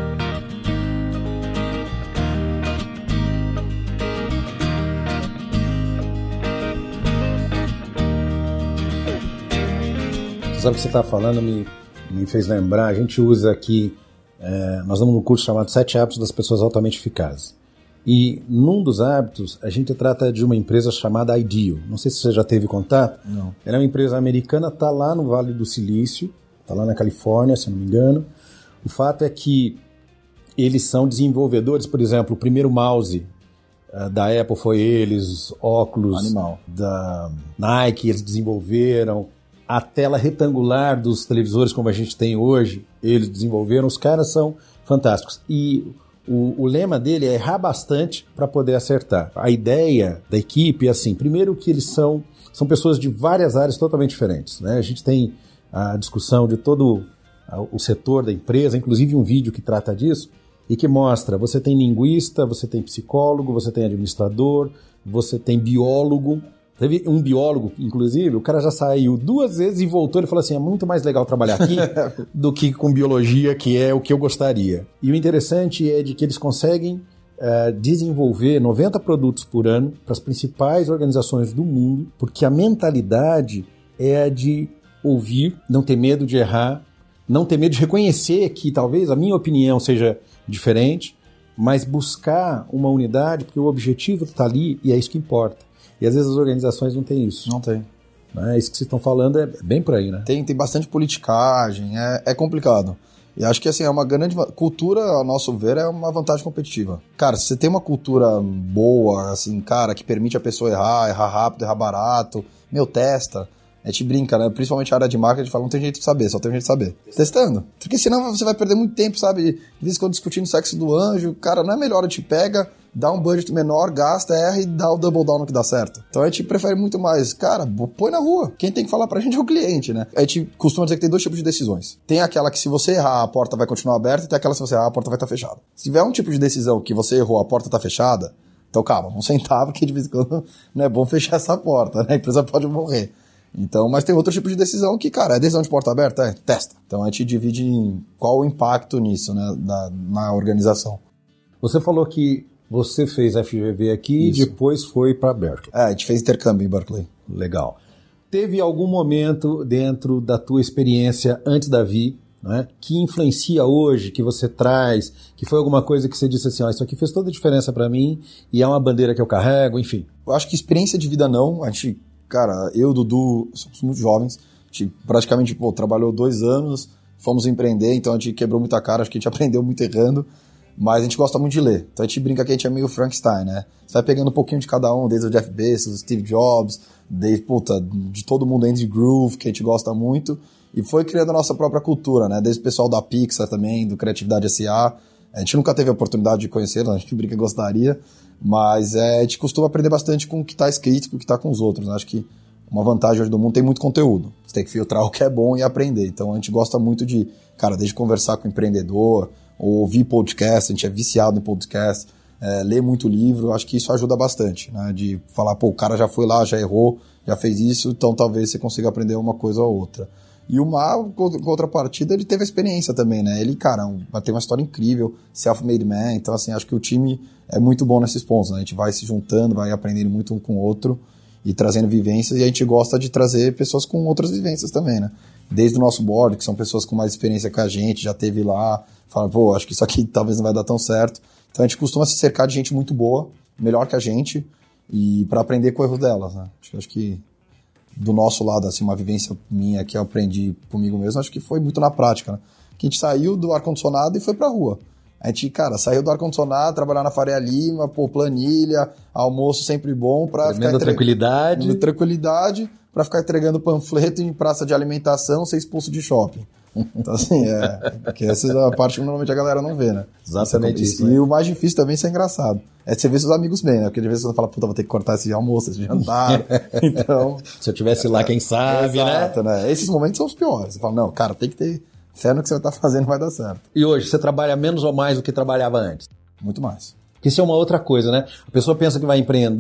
Sabe o que você está falando, me fez lembrar, a gente usa aqui, nós damos um curso chamado 7 hábitos das pessoas altamente eficazes. E num dos hábitos, a gente trata de uma empresa chamada Ideal. Não sei se você já teve contato. Não. Ela é uma empresa americana, está lá no Vale do Silício, está lá na Califórnia, se não me engano. O fato é que eles são desenvolvedores, por exemplo, o primeiro mouse da Apple foi eles, óculos Animal. Da Nike, eles desenvolveram. A tela retangular dos televisores, como a gente tem hoje, eles desenvolveram. Os caras são fantásticos. E o lema dele é errar bastante para poder acertar. A ideia da equipe é assim, primeiro que eles são pessoas de várias áreas totalmente diferentes, né? A gente tem a discussão de todo o setor da empresa, inclusive um vídeo que trata disso, e que mostra, você tem linguista, você tem psicólogo, você tem administrador, você tem biólogo. Teve um biólogo, inclusive, o cara já saiu 2 vezes e voltou, ele falou assim, é muito mais legal trabalhar aqui do que com biologia, que é o que eu gostaria. E o interessante é de que eles conseguem desenvolver 90 produtos por ano para as principais organizações do mundo, porque a mentalidade é a de ouvir, não ter medo de errar, não ter medo de reconhecer que talvez a minha opinião seja diferente, mas buscar uma unidade, porque o objetivo está ali e é isso que importa. E às vezes as organizações não têm isso. Não tem. Isso que vocês estão falando é bem por aí, né? Tem bastante politicagem, é complicado. E acho que assim, é uma grande... Cultura, a nosso ver, é uma vantagem competitiva. Cara, se você tem uma cultura boa, assim, cara, que permite a pessoa errar rápido, errar barato, testa. A gente brinca, né? Principalmente a área de marketing, a gente fala, não tem jeito de saber, só tem um jeito de saber. Testando. Porque senão você vai perder muito tempo, sabe? De vez em quando discutindo o sexo do anjo. Cara, não é melhor, a gente pega, dá um budget menor, gasta, erra e dá o double down no que dá certo. Então a gente prefere muito mais, cara, põe na rua. Quem tem que falar pra gente é o cliente, né? A gente costuma dizer que tem 2 tipos de decisões. Tem aquela que se você errar, a porta vai continuar aberta, e tem aquela que se você errar, a porta vai estar fechada. Se tiver um tipo de decisão que você errou, a porta tá fechada, então calma, vamos sentar, porque de vez em quando não é bom fechar essa porta, né? A empresa pode morrer. Então, mas tem outro tipo de decisão que, cara, é decisão de porta aberta? Testa. Então a gente divide em qual o impacto nisso, né, na organização. Você falou que você fez FGV aqui e depois foi para Berkeley. A gente fez intercâmbio em Berkeley. Legal. Teve algum momento dentro da tua experiência antes da Vi, né, que influencia hoje, que você traz, que foi alguma coisa que você disse assim, isso aqui fez toda a diferença para mim e é uma bandeira que eu carrego, enfim? Eu acho que experiência de vida não, a gente... Cara, eu e o Dudu somos muito jovens, a gente praticamente trabalhou 2 anos, fomos empreender, então a gente quebrou muita cara, acho que a gente aprendeu muito errando, mas a gente gosta muito de ler. Então a gente brinca que a gente é meio Frankenstein, né? Você vai pegando um pouquinho de cada um, desde o Jeff Bezos, Steve Jobs, de todo mundo, Andy Grove, que a gente gosta muito, e foi criando a nossa própria cultura, né? Desde o pessoal da Pixar também, do Criatividade S.A., a gente nunca teve a oportunidade de conhecer, a gente brinca que gostaria, mas a gente costuma aprender bastante com o que está escrito, com o que está com os outros. Acho que uma vantagem hoje do mundo tem muito conteúdo. Você tem que filtrar o que é bom e aprender. Então a gente gosta muito de, cara, desde conversar com o empreendedor, ou ouvir podcast, a gente é viciado em podcast, ler muito livro, acho que isso ajuda bastante, né? De falar, o cara já foi lá, já errou, já fez isso, então talvez você consiga aprender uma coisa ou outra. E o Mar, com contrapartida, ele teve a experiência também, né? Ele, cara, tem uma história incrível, self-made man, então assim, acho que o time é muito bom nesses pontos, né? A gente vai se juntando, vai aprendendo muito um com o outro e trazendo vivências, e a gente gosta de trazer pessoas com outras vivências também, né? Desde o nosso board, que são pessoas com mais experiência que a gente, já teve lá, fala, acho que isso aqui talvez não vai dar tão certo. Então a gente costuma se cercar de gente muito boa, melhor que a gente, e para aprender com o erro delas, né? Acho que do nosso lado, assim, uma vivência minha que eu aprendi comigo mesmo, acho que foi muito na prática, né? Que a gente saiu do ar-condicionado e foi pra rua. A gente, cara, saiu do ar-condicionado, trabalhar na Faria Lima, planilha, almoço sempre bom pra ficar... Tranquilidade, pra ficar entregando panfleto em praça de alimentação, ser expulso de shopping. Então, assim, porque essa é a parte que normalmente a galera não vê, né? Exatamente isso. E o mais difícil também, isso é engraçado. É você ver seus amigos bem, né? Porque de vez você fala, vou ter que cortar esse almoço, esse jantar. Então... Se eu tivesse lá, quem sabe, exato, né? Esses momentos são os piores. Você fala, não, cara, tem que ter fé no que você vai estar fazendo, vai dar certo. E hoje, você trabalha menos ou mais do que trabalhava antes? Muito mais. Porque isso é uma outra coisa, né? A pessoa pensa que vai empreender,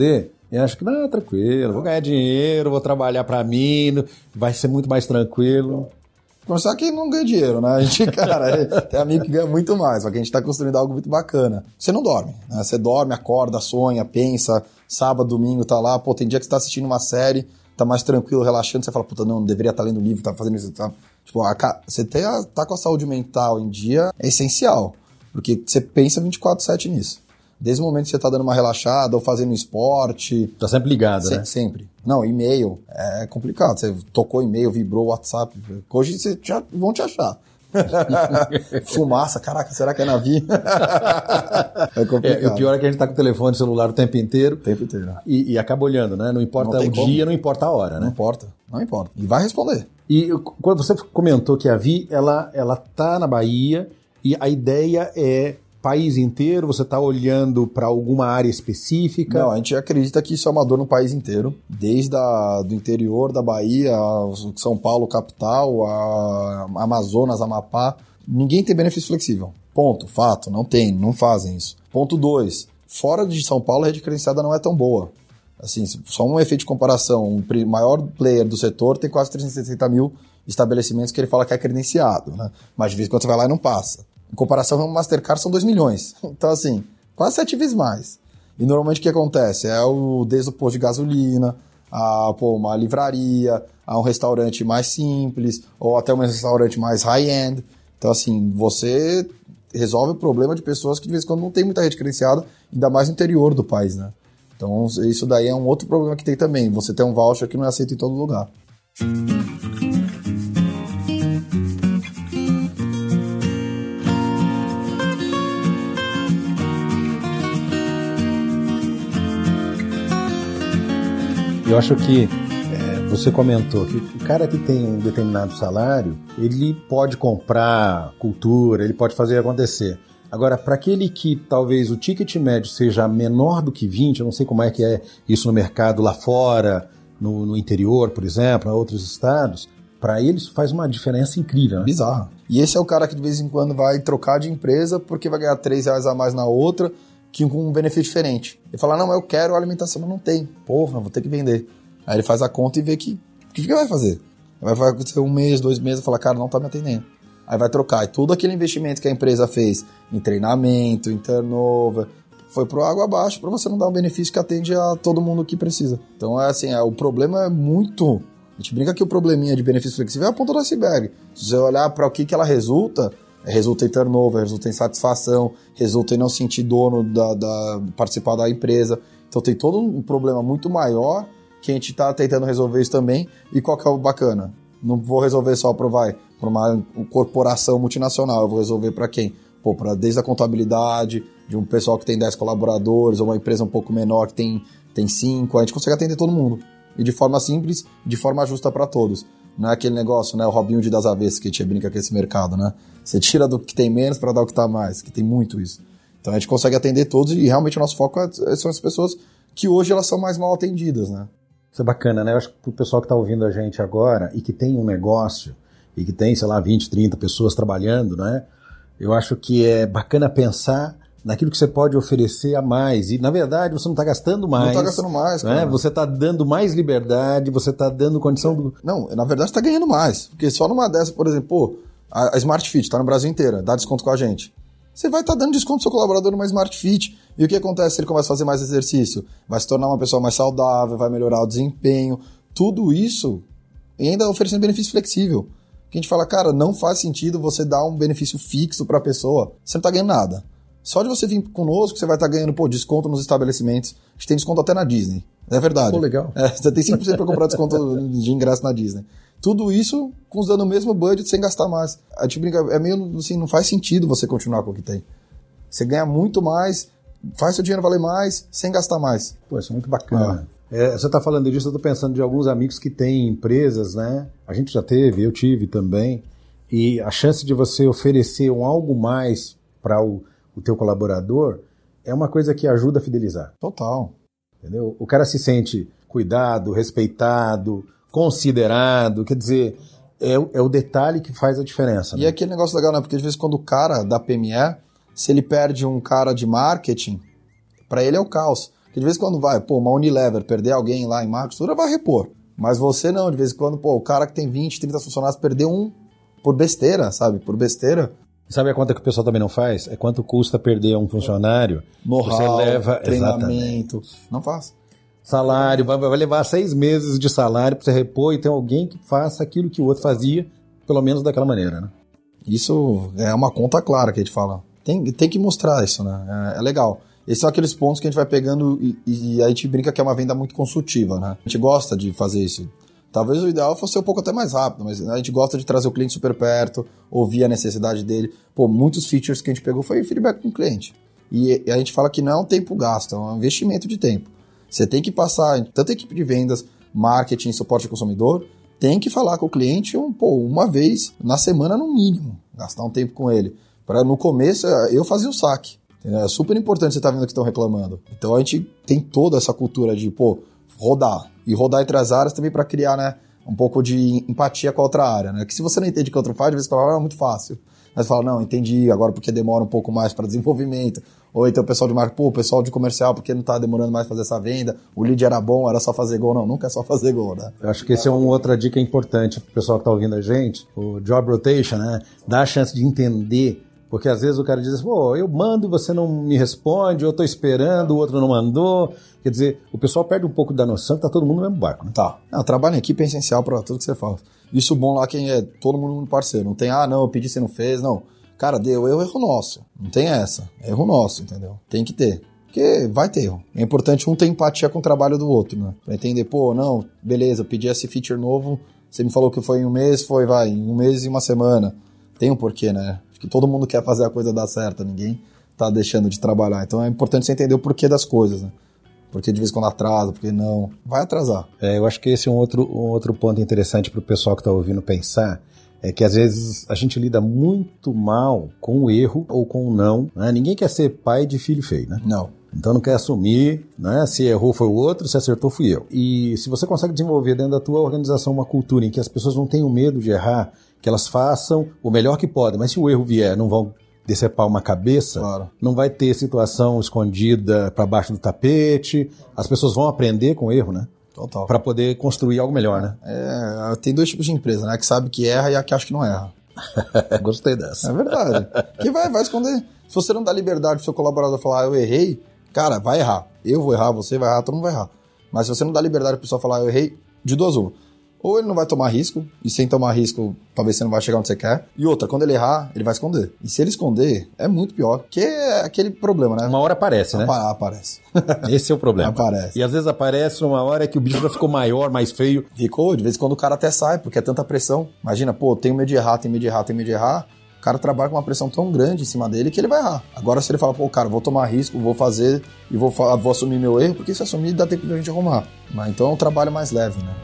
E acha que, não, tranquilo, vou ganhar dinheiro, vou trabalhar para mim, vai ser muito mais tranquilo. Começar que não ganha dinheiro, né? A gente, cara, tem amigo que ganha muito mais, só que a gente tá construindo algo muito bacana. Você não dorme, né? Você dorme, acorda, sonha, pensa, sábado, domingo tá lá, pô, tem dia que você tá assistindo uma série, tá mais tranquilo, relaxando, você fala, puta, não deveria estar lendo livro, tá fazendo isso, tá... Tipo, você tá com a saúde mental em dia é essencial, porque você pensa 24/7 nisso. Desde o momento que você tá dando uma relaxada ou fazendo esporte... Tá sempre ligado, né? Sempre. Não, e-mail é complicado. Você tocou e-mail, vibrou o WhatsApp. Hoje vão te achar. Fumaça, caraca, será que é navio? É complicado. O pior é que a gente tá com o telefone celular o tempo inteiro. O tempo inteiro. E acaba olhando, né? Não importa o dia, não importa a hora, né? Não importa. E vai responder. E quando você comentou que a Vi, ela tá na Bahia e a ideia é país inteiro, você está olhando para alguma área específica? Não, a gente acredita que isso é uma dor no país inteiro, desde do interior da Bahia, São Paulo, capital, a Amazonas, Amapá. Ninguém tem benefício flexível. Ponto, fato, não fazem isso. Ponto 2, fora de São Paulo a rede credenciada não é tão boa. Assim, só um efeito de comparação, o maior player do setor tem quase 360 mil estabelecimentos que ele fala que é credenciado, né? Mas de vez em quando você vai lá e não passa. Em comparação com o Mastercard, são 2 milhões. Então, assim, quase 7 vezes mais. E normalmente o que acontece? Desde o posto de gasolina, uma livraria, a um restaurante mais simples, ou até um restaurante mais high-end. Então, assim, você resolve o problema de pessoas que de vez em quando não tem muita rede credenciada, ainda mais no interior do país, né? Então, isso daí é um outro problema que tem também. Você tem um voucher que não é aceito em todo lugar. Eu acho que você comentou que o cara que tem um determinado salário, ele pode comprar cultura, ele pode fazer acontecer. Agora, para aquele que talvez o ticket médio seja menor do que 20, eu não sei como é que é isso no mercado lá fora, no interior, por exemplo, em outros estados, para eles faz uma diferença incrível, né? Bizarro. E esse é o cara que de vez em quando vai trocar de empresa porque vai ganhar R$3 a mais na outra, que com um benefício diferente. Ele fala, não, eu quero alimentação, mas não tem. Porra, vou ter que vender. Aí ele faz a conta e vê que... O que vai fazer? Vai acontecer 1 mês, 2 meses, e fala, cara, não tá me atendendo. Aí vai trocar. E todo aquele investimento que a empresa fez em treinamento, em turnover, foi pro água abaixo para você não dar um benefício que atende a todo mundo que precisa. Então, o problema é muito... A gente brinca que o probleminha de benefício flexível é a ponta do iceberg. Se você olhar para o que ela resulta em turnover, resulta em satisfação, resulta em não sentir dono participar da empresa. Então tem todo um problema muito maior que a gente está tentando resolver isso também. E qual que é o bacana? Não vou resolver só para uma corporação multinacional, eu vou resolver para quem? Desde a contabilidade, de um pessoal que tem 10 colaboradores, ou uma empresa um pouco menor que tem 5, a gente consegue atender todo mundo. E de forma simples, de forma justa para todos. Não é aquele negócio, né, o Robin Hood das avessas que a gente brinca com esse mercado, né? Você tira do que tem menos para dar o que tá mais, que tem muito isso. Então a gente consegue atender todos e realmente o nosso foco são as pessoas que hoje elas são mais mal atendidas, né? Isso é bacana, né? Eu acho que o pessoal que está ouvindo a gente agora e que tem um negócio e que tem, 20, 30 pessoas trabalhando, né? Eu acho que é bacana pensar naquilo que você pode oferecer a mais. E, na verdade, você não está gastando mais. Não está gastando mais, cara. Né? Você está dando mais liberdade, você está dando condição... Não, na verdade, você está ganhando mais. Porque só numa dessa, por exemplo, a Smart Fit está no Brasil inteiro, dá desconto com a gente. Você vai estar dando desconto pro seu colaborador numa Smart Fit. E o que acontece se ele começa a fazer mais exercício? Vai se tornar uma pessoa mais saudável, vai melhorar o desempenho. Tudo isso e ainda oferecendo benefício flexível. Que a gente fala, cara, não faz sentido você dar um benefício fixo para a pessoa. Você não está ganhando nada. Só de você vir conosco, você vai estar ganhando, desconto nos estabelecimentos. A gente tem desconto até na Disney. É verdade. Pô, legal. Você tem 5% para comprar desconto de ingresso na Disney. Tudo isso usando o mesmo budget sem gastar mais. A gente brinca, é meio assim, não faz sentido você continuar com o que tem. Você ganha muito mais, faz seu dinheiro valer mais, sem gastar mais. Pô, isso é muito bacana. Você está falando disso, eu estou pensando de alguns amigos que têm empresas, né? A gente já teve, eu tive também. E a chance de você oferecer algo mais para o teu colaborador é uma coisa que ajuda a fidelizar. Total. Entendeu? O cara se sente cuidado, respeitado, considerado, quer dizer, é o detalhe que faz a diferença. E aquele negócio legal, né? Porque às vezes quando o cara da PME, se ele perde um cara de marketing, para ele é o caos. Porque de vez em quando uma Unilever perder alguém lá em marketing, vai repor. Mas você não, de vez em quando, o cara que tem 20, 30 funcionários perder um por besteira, sabe? Por besteira. Sabe a conta que o pessoal também não faz? É quanto custa perder um funcionário? Know-how, você leva treinamento. Exatamente. Não faz. Salário, vai levar 6 meses de salário para você repor e ter alguém que faça aquilo que o outro fazia, pelo menos daquela maneira, né? Isso é uma conta clara que a gente fala. Tem que mostrar isso, né? É legal. Esses são aqueles pontos que a gente vai pegando e a gente brinca que é uma venda muito consultiva, né? A gente gosta de fazer isso. Talvez o ideal fosse um pouco até mais rápido, mas a gente gosta de trazer o cliente super perto, ouvir a necessidade dele. Muitos features que a gente pegou foi feedback com o cliente. E a gente fala que não é um tempo gasto, é um investimento de tempo. Você tem que passar, tanto a equipe de vendas, marketing, suporte ao consumidor, tem que falar com o cliente uma vez na semana no mínimo, gastar um tempo com ele. No começo, eu fazia o saque. É super importante você estar vendo que estão reclamando. Então a gente tem toda essa cultura de, rodar. E rodar entre as áreas também para criar, né, um pouco de empatia com a outra área, né? Que se você não entende o que o outro faz, às vezes você fala, é muito fácil. Mas você fala, não, entendi, agora porque demora um pouco mais para desenvolvimento. Ou então o pessoal de marketing, o pessoal de comercial, porque não está demorando mais fazer essa venda. O lead era bom, era só fazer gol. Não, nunca é só fazer gol, né? Eu acho que esse é uma outra dica importante para o pessoal que está ouvindo a gente. O job rotation, né? Dá a chance de entender. Porque às vezes o cara diz assim, eu mando e você não me responde, eu estou esperando, o outro não mandou. Quer dizer, o pessoal perde um pouco da noção que tá todo mundo no mesmo barco, né? Tá. O trabalho em equipe é essencial para tudo que você faz. Isso bom lá quem é todo mundo parceiro. Não tem, não, eu pedi, você não fez, não. Cara, deu erro nosso. Não tem essa. É erro nosso, entendeu? Tem que ter. Porque vai ter erro. É importante um ter empatia com o trabalho do outro, né? Pra entender, não, beleza, eu pedi esse feature novo, você me falou que foi em um mês, em um mês e uma semana. Tem um porquê, né? Que todo mundo quer fazer a coisa dar certo, ninguém tá deixando de trabalhar. Então é importante você entender o porquê das coisas, né? Porque de vez em quando atrasa, porque não. Vai atrasar. Eu acho que esse é um outro ponto interessante para o pessoal que está ouvindo pensar, é que às vezes a gente lida muito mal com o erro ou com o não, né? Ninguém quer ser pai de filho feio, né? Não. Então não quer assumir, né? Se errou foi o outro, se acertou fui eu. E se você consegue desenvolver dentro da tua organização uma cultura em que as pessoas não tenham medo de errar, que elas façam o melhor que podem, mas se o erro vier, não vão decepar uma cabeça, claro. Não vai ter situação escondida para baixo do tapete, as pessoas vão aprender com o erro, né? Total. Para poder construir algo melhor, né? Tem 2 tipos de empresa, né? A que sabe que erra e a que acha que não erra. Gostei dessa. É verdade. Que vai esconder. Se você não dá liberdade pro seu colaborador falar, eu errei, cara, vai errar. Eu vou errar, você vai errar, todo mundo vai errar. Mas se você não dá liberdade pro pessoal falar, eu errei, de 2 uma. Ou ele não vai tomar risco, e sem tomar risco, talvez você não vai chegar onde você quer. E outra, quando ele errar, ele vai esconder. E se ele esconder, é muito pior. Porque é aquele problema, né? Uma hora aparece, né? Aparece. Esse é o problema. Aparece. E às vezes aparece numa hora que o bicho já ficou maior, mais feio. Ficou, de vez em quando o cara até sai, porque é tanta pressão. Imagina, tenho medo de errar. O cara trabalha com uma pressão tão grande em cima dele que ele vai errar. Agora se ele fala, cara, vou tomar risco, vou fazer e vou assumir meu erro, porque se assumir dá tempo de a gente arrumar. Mas então é um trabalho mais leve, né?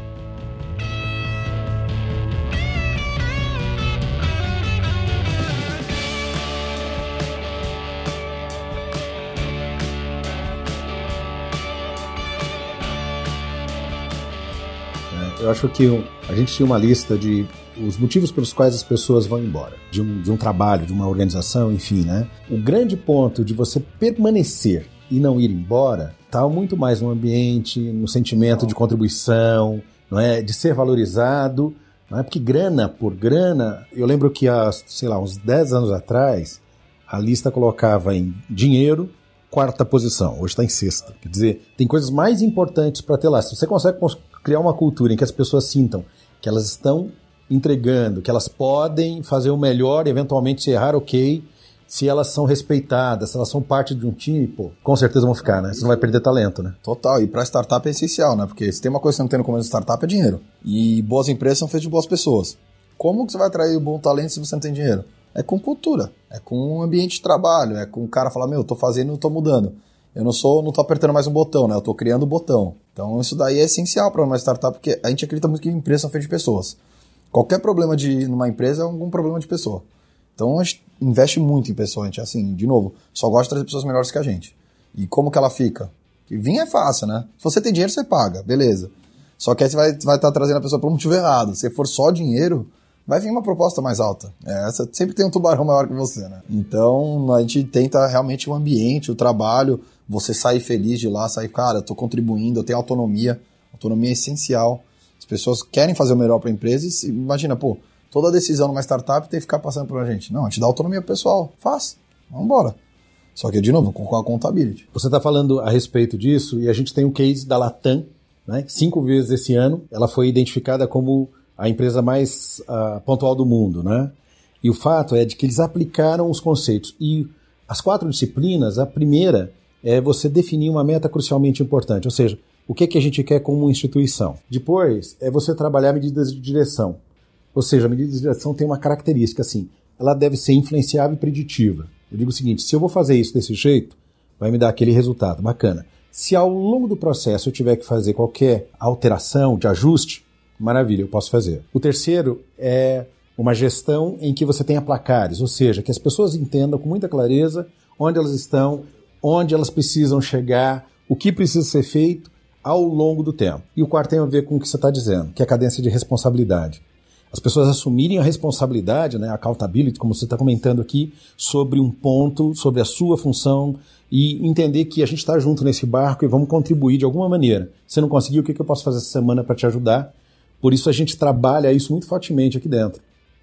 Eu acho que a gente tinha uma lista de os motivos pelos quais as pessoas vão embora, de um trabalho, de uma organização, enfim, né? O grande ponto de você permanecer e não ir embora está muito mais no ambiente, no sentimento de contribuição, não é? De ser valorizado, não é? Porque grana por grana, eu lembro que há, uns 10 anos atrás, a lista colocava em dinheiro, 4ª posição, hoje está em 6ª. Quer dizer, tem coisas mais importantes para ter lá. Se você consegue criar uma cultura em que as pessoas sintam que elas estão entregando, que elas podem fazer o melhor, eventualmente se errar, ok, se elas são respeitadas, se elas são parte de um time, com certeza vão ficar, né? Você não vai perder talento, né? Total, e para startup é essencial, né? Porque se tem uma coisa que você não tem no começo de startup é dinheiro. E boas empresas são feitas de boas pessoas. Como que você vai atrair bom talento se você não tem dinheiro? É com cultura, é com ambiente de trabalho, é com o cara falar, eu tô fazendo, eu tô mudando. Eu não tô apertando mais um botão, né? Eu tô criando um botão. Então isso daí é essencial para uma startup, porque a gente acredita muito que empresas são feitas de pessoas. Qualquer problema numa empresa é algum problema de pessoa. Então a gente investe muito em pessoa, a gente, assim, de novo, só gosta de trazer pessoas melhores que a gente. E como que ela fica? Que vir é fácil, né? Se você tem dinheiro, você paga, beleza. Só que aí você vai estar trazendo a pessoa por um motivo errado. Se for só dinheiro, vai vir uma proposta mais alta. Essa sempre tem um tubarão maior que você, né? Então, a gente tenta realmente o ambiente, o trabalho, você sair feliz de lá, sair, cara, eu tô contribuindo, eu tenho autonomia. Autonomia é essencial. As pessoas querem fazer o melhor para a empresa e imagina, pô, toda decisão numa startup tem que ficar passando por a gente. Não, a gente dá autonomia pro pessoal. Faz. Vamos embora. Só que, de novo, com a contabilidade. Você está falando a respeito disso e a gente tem um case da Latam, né? 5 vezes esse ano, ela foi identificada como a empresa mais pontual do mundo, né? E o fato é de que eles aplicaram os conceitos. E as 4 disciplinas, a primeira é você definir uma meta crucialmente importante, ou seja, o que a gente quer como instituição. Depois, é você trabalhar medidas de direção. Ou seja, a medida de direção tem uma característica assim, ela deve ser influenciável e preditiva. Eu digo o seguinte, se eu vou fazer isso desse jeito, vai me dar aquele resultado, bacana. Se ao longo do processo eu tiver que fazer qualquer alteração de ajuste, maravilha, eu posso fazer. O terceiro é uma gestão em que você tenha placares, ou seja, que as pessoas entendam com muita clareza onde elas estão, onde elas precisam chegar, o que precisa ser feito ao longo do tempo. E o quarto tem a ver com o que você está dizendo, que é a cadência de responsabilidade. As pessoas assumirem a responsabilidade, né, a accountability, como você está comentando aqui, sobre um ponto, sobre a sua função e entender que a gente está junto nesse barco e vamos contribuir de alguma maneira. Se não conseguir, o que eu posso fazer essa semana para te ajudar? Por isso a gente trabalha isso muito fortemente aqui dentro.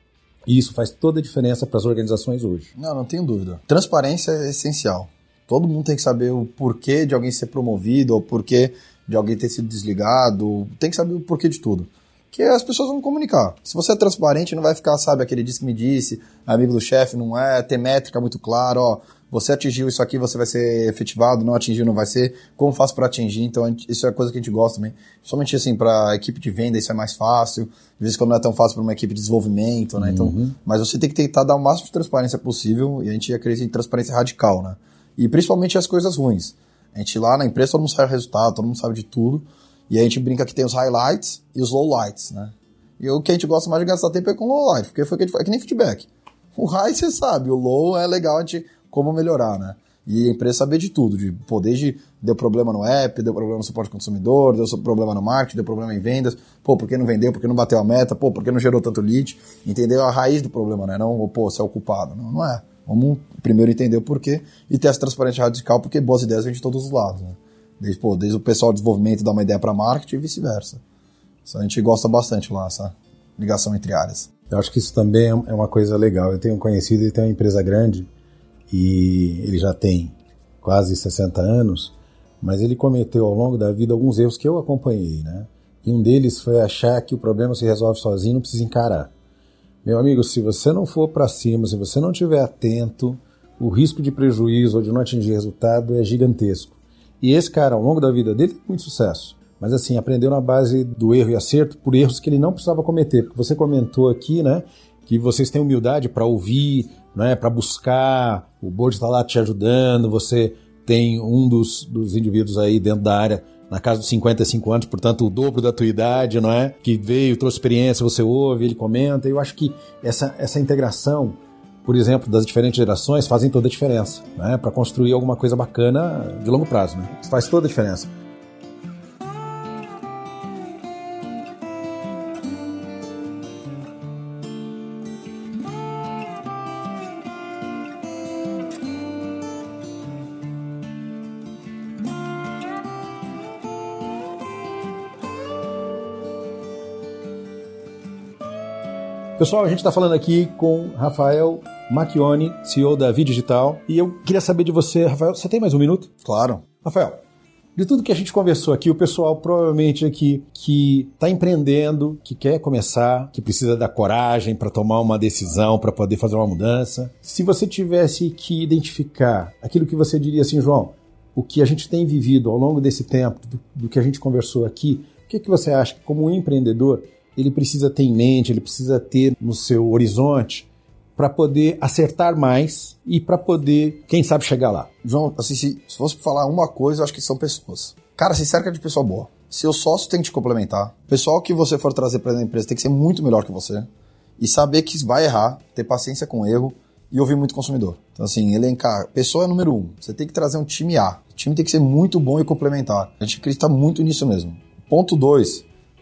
E isso faz toda a diferença para as organizações hoje. Não tenho dúvida. Transparência é essencial. Todo mundo tem que saber o porquê de alguém ser promovido, ou o porquê de alguém ter sido desligado. Tem que saber o porquê de tudo. Que as pessoas vão comunicar. Se você é transparente, não vai ficar, sabe, aquele disse que me disse, amigo do chefe, não é, ter métrica muito clara, ó, você atingiu isso aqui, você vai ser efetivado, não atingiu, não vai ser, como faço para atingir? Então, isso é coisa que a gente gosta também. Somente assim, para equipe de venda, isso é mais fácil, às vezes quando não é tão fácil para uma equipe de desenvolvimento, né? Então, mas você tem que tentar dar o máximo de transparência possível, e a gente acredita em transparência radical, né? E principalmente as coisas ruins. A gente lá na empresa, todo mundo sabe o resultado, todo mundo sabe de tudo. E a gente brinca que tem os highlights e os lowlights, né? E o que a gente gosta mais de gastar tempo é com lowlight, porque foi o que a gente faz, é que nem feedback. O high você sabe, o low é legal a gente como melhorar, né? E a empresa saber de tudo, de pô, desde deu problema no app, deu problema no suporte ao consumidor, deu problema no marketing, deu problema em vendas, pô, por que não vendeu, por que não bateu a meta, pô, por que não gerou tanto lead, entendeu a raiz do problema, né? Não, pô, você é o culpado, não é. Vamos primeiro entender o porquê e ter essa transparência radical, porque boas ideias vêm de todos os lados, né? Desde o pessoal de desenvolvimento dar uma ideia para marketing e vice-versa. Isso a gente gosta bastante lá, essa ligação entre áreas. Eu acho que isso também é uma coisa legal. Eu tenho um conhecido, ele tem uma empresa grande e ele já tem quase 60 anos, mas ele cometeu ao longo da vida alguns erros que eu acompanhei, né? E um deles foi achar que o problema se resolve sozinho, não precisa encarar. Meu amigo, se você não for para cima, se você não estiver atento, o risco de prejuízo ou de não atingir resultado é gigantesco. E esse cara, ao longo da vida dele, tem muito sucesso. Mas assim, aprendeu na base do erro e acerto por erros que ele não precisava cometer. Porque você comentou aqui, né, que vocês têm humildade para ouvir, né, para buscar, o board está lá te ajudando, você tem um dos indivíduos aí dentro da área na casa dos 55 anos, portanto o dobro da tua idade, não é? Que veio, trouxe experiência, você ouve, ele comenta. Eu acho que essa integração, por exemplo, das diferentes gerações fazem toda a diferença, né? Para construir alguma coisa bacana de longo prazo, né? Isso faz toda a diferença. Pessoal, a gente está falando aqui com Rafael Macchioni, CEO da V-Digital, e eu queria saber de você, Rafael, você tem mais um minuto? Claro. Rafael, de tudo que a gente conversou aqui, o pessoal provavelmente aqui que está empreendendo, que quer começar, que precisa da coragem para tomar uma decisão, para poder fazer uma mudança, se você tivesse que identificar aquilo que você diria assim, João, o que a gente tem vivido ao longo desse tempo, do que a gente conversou aqui, o que você acha que como um empreendedor ele precisa ter em mente, ele precisa ter no seu horizonte para poder acertar mais e para poder, quem sabe, chegar lá? João, assim, se fosse falar uma coisa, eu acho que são pessoas. Cara, se cerca de pessoa boa. Seu sócio tem que te complementar. O pessoal que você for trazer para a empresa tem que ser muito melhor que você. E saber que vai errar, ter paciência com o erro e ouvir muito o consumidor. Então, assim, elencar. Pessoa é número 1. Você tem que trazer um time A. O time tem que ser muito bom e complementar. A gente acredita muito nisso mesmo. Ponto 2.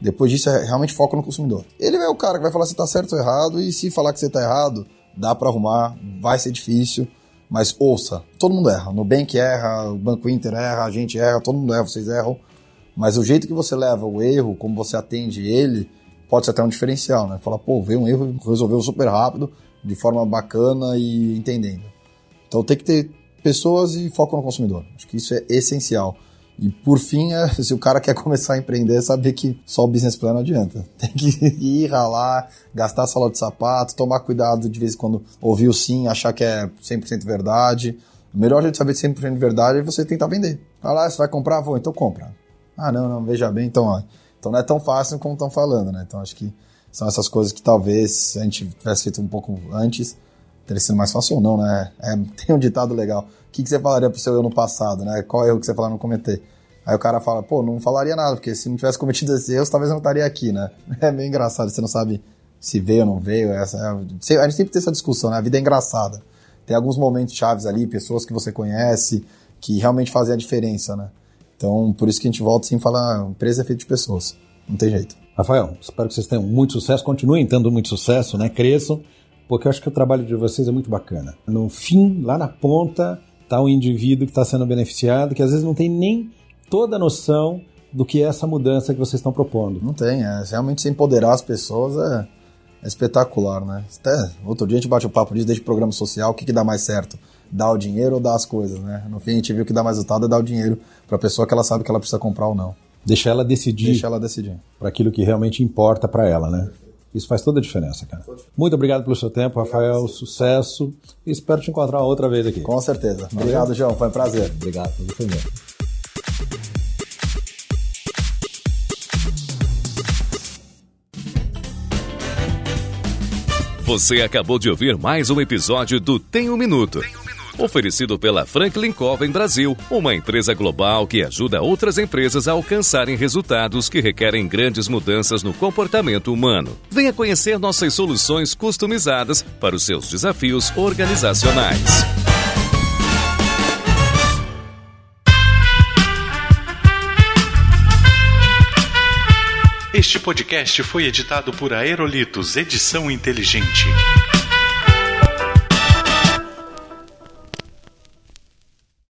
Depois disso é realmente foco no consumidor. Ele é o cara que vai falar se tá certo ou errado, e se falar que você tá errado, dá para arrumar, vai ser difícil, mas ouça, todo mundo erra. O Nubank erra, o Banco Inter erra, a gente erra, todo mundo erra, vocês erram. Mas o jeito que você leva o erro, como você atende ele, pode ser até um diferencial, né? Fala, pô, veio um erro, resolveu super rápido, de forma bacana e entendendo. Então tem que ter pessoas e foco no consumidor. Acho que isso é essencial. E por fim, se o cara quer começar a empreender, é saber que só o business plan não adianta. Tem que ir ralar, gastar salão de sapato, tomar cuidado de vez em quando ouvir o sim, achar que é 100% verdade. O melhor jeito de saber se é 100% verdade é você tentar vender. Fala, você vai comprar? Vou, então compra. Ah, não, veja bem, então ó. Então não é tão fácil como estão falando, né? Então acho que são essas coisas que talvez se a gente tivesse feito um pouco antes, teria sido mais fácil ou não, né? Tem um ditado legal. O que você falaria pro seu eu no passado, né? Qual erro que você falaria não cometer? Aí o cara fala, pô, não falaria nada, porque se não tivesse cometido esse erro, talvez eu não estaria aqui, né? É meio engraçado, você não sabe se veio ou não veio. A gente sempre tem essa discussão, né? A vida é engraçada. Tem alguns momentos chaves ali, pessoas que você conhece, que realmente fazem a diferença, né? Então, por isso que a gente volta assim e fala, empresa é feita de pessoas. Não tem jeito. Rafael, espero que vocês tenham muito sucesso, continuem tendo muito sucesso, né? Cresçam, porque eu acho que o trabalho de vocês é muito bacana. No fim, lá na ponta, tá um indivíduo que está sendo beneficiado, que às vezes não tem nem toda a noção do que é essa mudança que vocês estão propondo. Não tem, realmente se empoderar as pessoas é espetacular, né? Até outro dia a gente bate o papo disso, desde programa social, o que dá mais certo? Dar o dinheiro ou dar as coisas, né? No fim a gente viu que dá mais resultado é dar o dinheiro para a pessoa que ela sabe que ela precisa comprar ou não. Deixar ela decidir. Para aquilo que realmente importa para ela, né? Isso faz toda a diferença, cara. Muito obrigado pelo seu tempo, Rafael. Sucesso. E espero te encontrar outra vez aqui. Com certeza. Obrigado, João. Foi um prazer. Obrigado. Foi mesmo. Você acabou de ouvir mais um episódio do Tem um Minuto. Oferecido pela Franklin Covey Brasil, uma empresa global que ajuda outras empresas a alcançarem resultados que requerem grandes mudanças no comportamento humano. Venha conhecer nossas soluções customizadas para os seus desafios organizacionais. Este podcast foi editado por Aerolitos Edição Inteligente.